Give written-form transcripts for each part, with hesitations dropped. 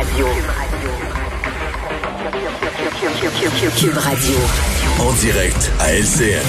Radio. Cube Radio. En direct à LCN.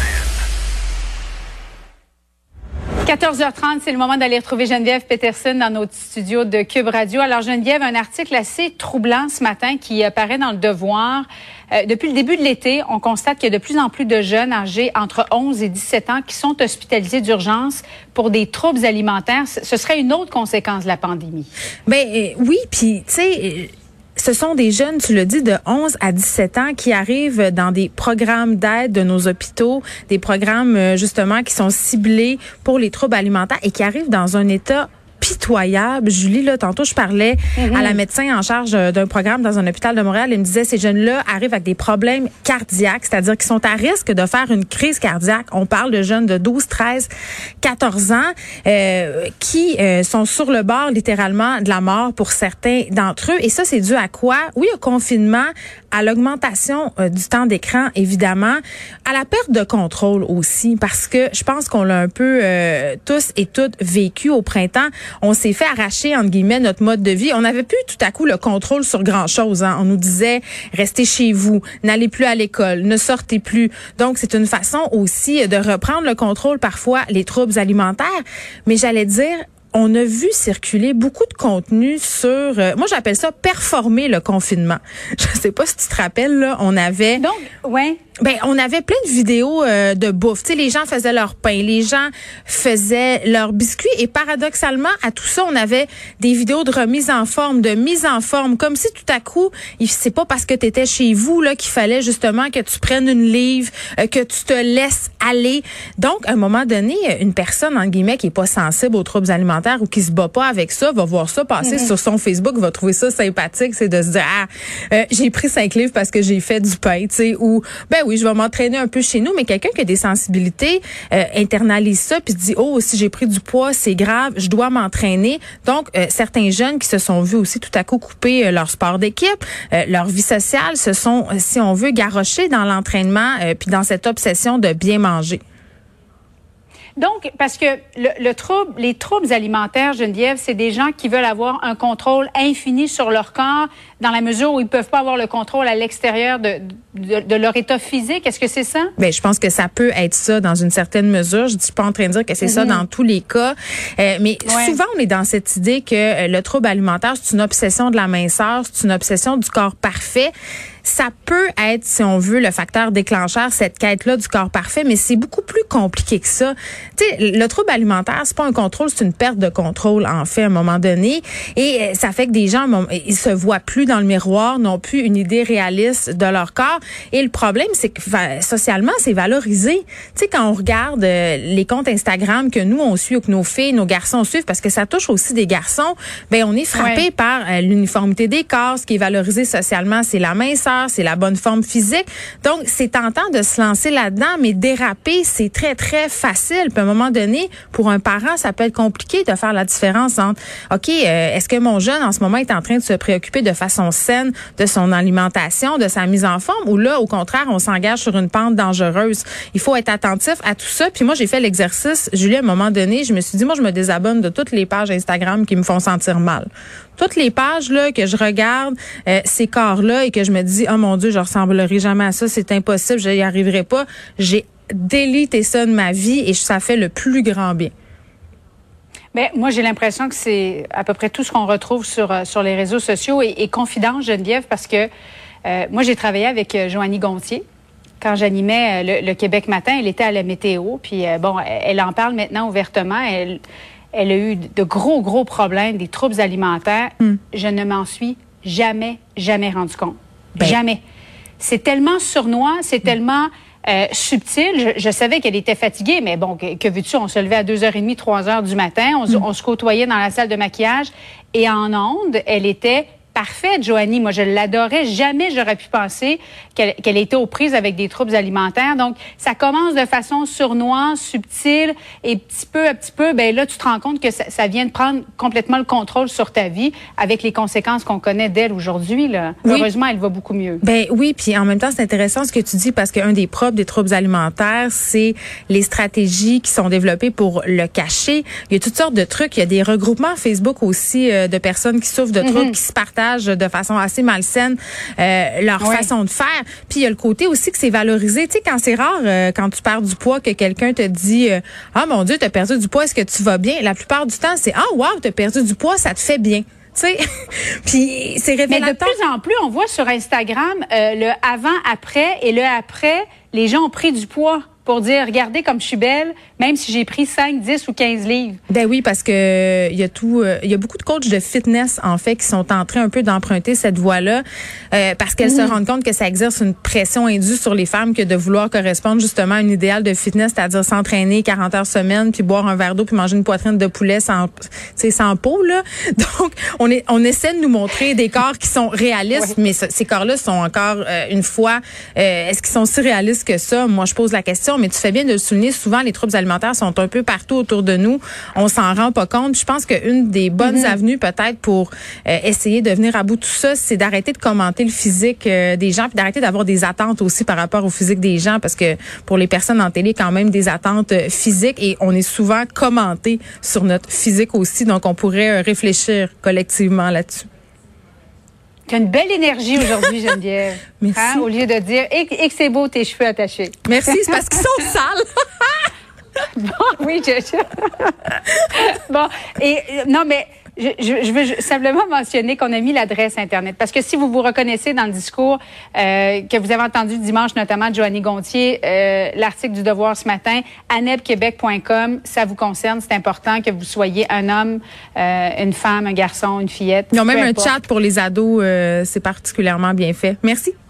14h30, c'est le moment d'aller retrouver Geneviève Peterson dans notre studio de Cube Radio. Alors Geneviève, un article assez troublant ce matin qui apparaît dans Le Devoir. Depuis le début de l'été, on constate qu'il y a de plus en plus de jeunes âgés entre 11 et 17 ans qui sont hospitalisés d'urgence pour des troubles alimentaires. Ce serait une autre conséquence de la pandémie. Oui, puis tu sais... Ce sont des jeunes, tu l'as dit, de 11 à 17 ans qui arrivent dans des programmes d'aide de nos hôpitaux, des programmes justement qui sont ciblés pour les troubles alimentaires et qui arrivent dans un état pitoyable. Julie, là, tantôt, je parlais à la médecin en charge d'un programme dans un hôpital de Montréal. Elle me disait, ces jeunes-là arrivent avec des problèmes cardiaques, c'est-à-dire qu'ils sont à risque de faire une crise cardiaque. On parle de jeunes de 12, 13, 14 ans qui sont sur le bord, littéralement, de la mort pour certains d'entre eux. Et ça, c'est dû à quoi? Oui, au confinement, à l'augmentation du temps d'écran, évidemment, à la perte de contrôle aussi, parce que je pense qu'on l'a un peu tous et toutes vécu au printemps. On s'est fait arracher, entre guillemets, notre mode de vie. On n'avait plus tout à coup le contrôle sur grand-chose. Hein. On nous disait, restez chez vous, n'allez plus à l'école, ne sortez plus. Donc, c'est une façon aussi de reprendre le contrôle, parfois, les troubles alimentaires. Mais j'allais dire, on a vu circuler beaucoup de contenu sur, moi j'appelle ça performer le confinement. Je sais pas si tu te rappelles, là, on avait... Donc, ouais. On avait plein de vidéos de bouffe. Tu sais, les gens faisaient leur pain, les gens faisaient leurs biscuits et paradoxalement, à tout ça, on avait des vidéos de remise en forme, de mise en forme, comme si tout à coup, c'est pas parce que tu étais chez vous là qu'il fallait justement que tu prennes une livre, que tu te laisses aller. Donc, à un moment donné, une personne, en guillemets, qui est pas sensible aux troubles alimentaires ou qui se bat pas avec ça, va voir ça passer sur son Facebook, va trouver ça sympathique, c'est de se dire, j'ai pris 5 livres parce que j'ai fait du pain, tu sais, ou, oui, je vais m'entraîner un peu chez nous, mais quelqu'un qui a des sensibilités internalise ça puis se dit, oh, si j'ai pris du poids, c'est grave, je dois m'entraîner. Donc, certains jeunes qui se sont vus aussi tout à coup couper leur sport d'équipe, leur vie sociale, se sont, si on veut, garrochés dans l'entraînement puis dans cette obsession de bien manger. Donc, parce que les troubles alimentaires, Geneviève, c'est des gens qui veulent avoir un contrôle infini sur leur corps dans la mesure où ils peuvent pas avoir le contrôle à l'extérieur de leur état physique. Est-ce que c'est ça? Je pense que ça peut être ça dans une certaine mesure. Je suis pas en train de dire que c'est ça dans tous les cas. Mais souvent, on est dans cette idée que le trouble alimentaire, c'est une obsession de la minceur, c'est une obsession du corps parfait. Ça peut être, si on veut, le facteur déclencheur, cette quête-là du corps parfait, mais c'est beaucoup plus compliqué que ça. Tu sais, le trouble alimentaire, c'est pas un contrôle, c'est une perte de contrôle, en fait, à un moment donné. Et ça fait que des gens, ils se voient plus dans le miroir, n'ont plus une idée réaliste de leur corps. Et le problème, c'est que socialement, c'est valorisé. Tu sais, quand on regarde les comptes Instagram que nous, on suit ou que nos filles, nos garçons suivent, parce que ça touche aussi des garçons, on est frappé par l'uniformité des corps. Ce qui est valorisé socialement, c'est la minceur, c'est la bonne forme physique. Donc, c'est tentant de se lancer là-dedans, mais déraper, c'est très, très facile. Puis à un moment donné, pour un parent, ça peut être compliqué de faire la différence entre, OK, est-ce que mon jeune, en ce moment, est en train de se préoccuper de façon saine de son alimentation, de sa mise en forme, ou là, au contraire, on s'engage sur une pente dangereuse. Il faut être attentif à tout ça. Puis moi, j'ai fait l'exercice, Julie, à un moment donné, je me suis dit, moi, je me désabonne de toutes les pages Instagram qui me font sentir mal. Toutes les pages là que je regarde, ces corps-là, et que je me dis, oh mon Dieu, je ressemblerai jamais à ça, c'est impossible, je n'y arriverai pas. J'ai délité ça de ma vie et ça fait le plus grand bien. Moi, j'ai l'impression que c'est à peu près tout ce qu'on retrouve sur les réseaux sociaux et confidence, Geneviève, parce que moi, j'ai travaillé avec Joanie Gontier. Quand j'animais le Québec matin, elle était à la météo, puis elle en parle maintenant ouvertement. Elle a eu de gros problèmes, des troubles alimentaires. Je ne m'en suis jamais rendu compte. Jamais. C'est tellement sournois, c'est tellement subtil. Je savais qu'elle était fatiguée, mais que veux-tu? On se levait à 2h30, 3h du matin. On se côtoyait dans la salle de maquillage. Et en ondes, elle était parfaite, Joanie. Moi, je l'adorais. Jamais j'aurais pu penser qu'elle était aux prises avec des troubles alimentaires. Donc, ça commence de façon sournoise, subtile, et petit peu à petit peu, là, tu te rends compte que ça vient de prendre complètement le contrôle sur ta vie avec les conséquences qu'on connaît d'elle aujourd'hui, là. Oui. Heureusement, elle va beaucoup mieux. Oui, puis en même temps, c'est intéressant ce que tu dis parce qu'un des propres des troubles alimentaires, c'est les stratégies qui sont développées pour le cacher. Il y a toutes sortes de trucs. Il y a des regroupements Facebook aussi de personnes qui souffrent de troubles, qui se partagent partagent de façon assez malsaine leur façon de faire. Puis il y a le côté aussi que c'est valorisé. Tu sais, quand c'est rare, quand tu perds du poids, que quelqu'un te dit « Ah mon Dieu, t'as perdu du poids, est-ce que tu vas bien? » La plupart du temps, c'est « Ah wow, t'as perdu du poids, ça te fait bien. » Tu sais, puis c'est révélateur. Mais de plus en plus, on voit sur Instagram le avant-après et le après, les gens ont pris du poids pour dire, regardez comme je suis belle, même si j'ai pris 5, 10 ou 15 livres. Ben oui, parce que il y a beaucoup de coachs de fitness, en fait, qui sont en train un peu d'emprunter cette voie-là, parce qu'elles se rendent compte que ça exerce une pression indue sur les femmes que de vouloir correspondre justement à un idéal de fitness, c'est-à-dire s'entraîner 40 heures semaine, puis boire un verre d'eau, puis manger une poitrine de poulet sans peau, là. Donc, on essaie de nous montrer des corps qui sont réalistes, mais ces corps-là sont encore, une fois, est-ce qu'ils sont si réalistes que ça? Moi, je pose la question. Mais tu fais bien de le souligner, souvent les troubles alimentaires sont un peu partout autour de nous. On s'en rend pas compte. Je pense qu'une des bonnes avenues peut-être pour essayer de venir à bout de tout ça, c'est d'arrêter de commenter le physique des gens, puis d'arrêter d'avoir des attentes aussi par rapport au physique des gens, parce que pour les personnes en télé, quand même des attentes physiques, et on est souvent commenté sur notre physique aussi, donc on pourrait réfléchir collectivement là-dessus. Tu as une belle énergie aujourd'hui, Geneviève. Merci. Hein, au lieu de dire et que c'est beau tes cheveux attachés. Merci, c'est parce qu'ils sont sales. Bon, oui, bon, et non, mais je veux simplement mentionner qu'on a mis l'adresse Internet. Parce que si vous vous reconnaissez dans le discours que vous avez entendu dimanche, notamment de Joanie Gontier, l'article du Devoir ce matin, anebquebec.com, ça vous concerne. C'est important que vous soyez un homme, une femme, un garçon, une fillette. Ils ont même un chat pour les ados. C'est particulièrement bien fait. Merci.